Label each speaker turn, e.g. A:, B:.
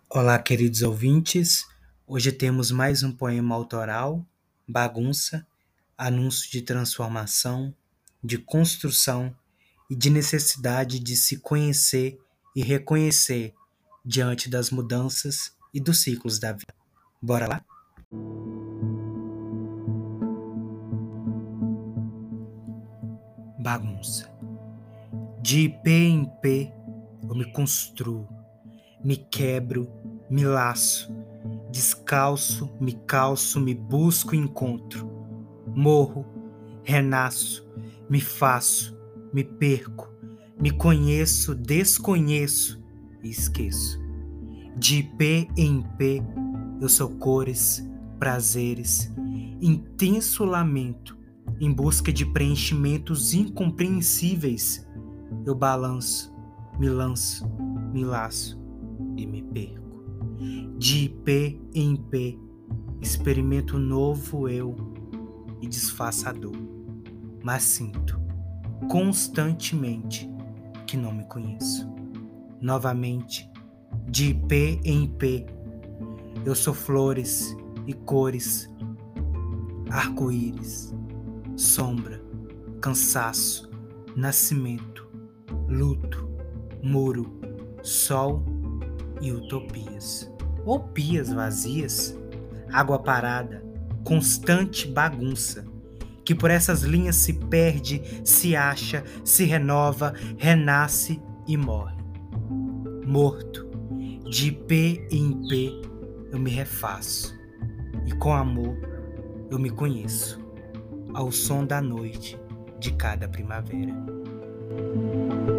A: Olá, queridos ouvintes. Hoje temos mais um poema autoral, Bagunça, anúncio de transformação, de construção e de necessidade de se conhecer e reconhecer diante das mudanças e dos ciclos da vida. Bora lá? Bagunça. De pé em pé, eu me construo, me quebro, me laço, descalço, me calço, me busco e encontro. Morro, renasço, me faço, me perco, me conheço, desconheço e esqueço. De pé em pé, eu sou cores, prazeres, intenso lamento, em busca de preenchimentos incompreensíveis. Eu balanço, me lanço, me laço e me perco. De pé em pé, experimento novo eu e desfaço a dor, mas sinto constantemente que não me conheço. Novamente, de pé em pé, eu sou flores e cores, arco-íris, sombra, cansaço, nascimento, luto, muro, sol e utopias. Ou pias vazias, água parada, constante bagunça, que por essas linhas se perde, se acha, se renova, renasce e morre. Morto, de pé em pé, eu me refaço, e com amor eu me conheço, ao som da noite de cada primavera.